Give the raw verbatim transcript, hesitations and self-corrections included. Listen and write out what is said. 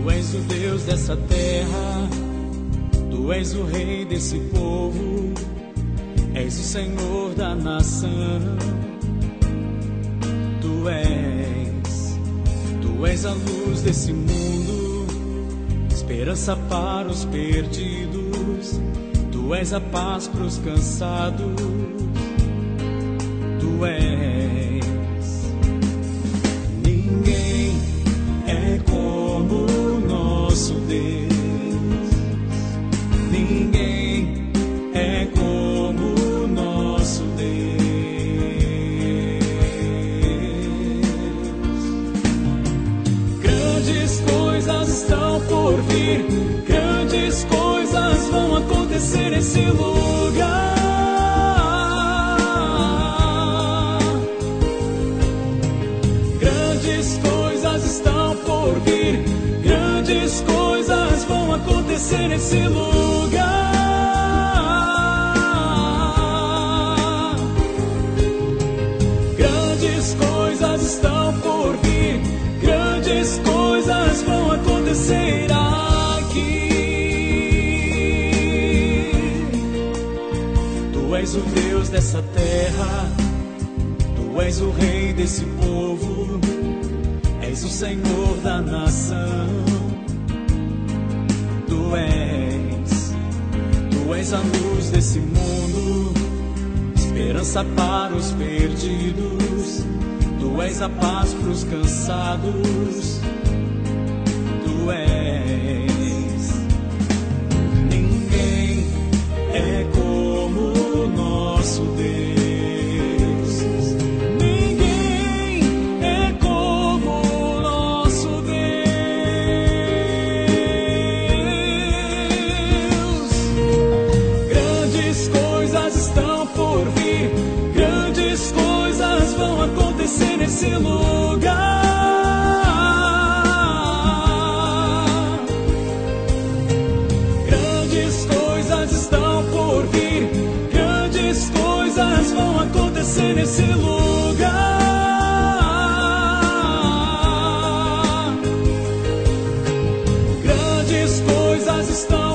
Tu és o Deus dessa terra, Tu és o Rei desse povo, és o Senhor da nação. Tu és, Tu és a luz desse mundo, esperança para os perdidos. Tu és a paz para os cansados. Tu és. Ninguém é como o nosso Deus. Ninguém é como o nosso Deus. Grandes coisas estão por vir, grandes coisas vão acontecer nesse lugar. Grandes coisas estão por vir, grandes coisas vão acontecer nesse lugar. Grandes coisas estão por vir, grandes coisas vão acontecer aqui. Tu és o Deus dessa terra, Tu és o Rei desse povo, és o Senhor da nação. Tu és, Tu és a luz desse mundo, esperança para os perdidos. Tu és a paz para os cansados. Tu és. Ninguém é como o nosso Deus. Nesse lugar, grandes coisas estão por vir, grandes coisas vão acontecer nesse lugar. Grandes coisas estão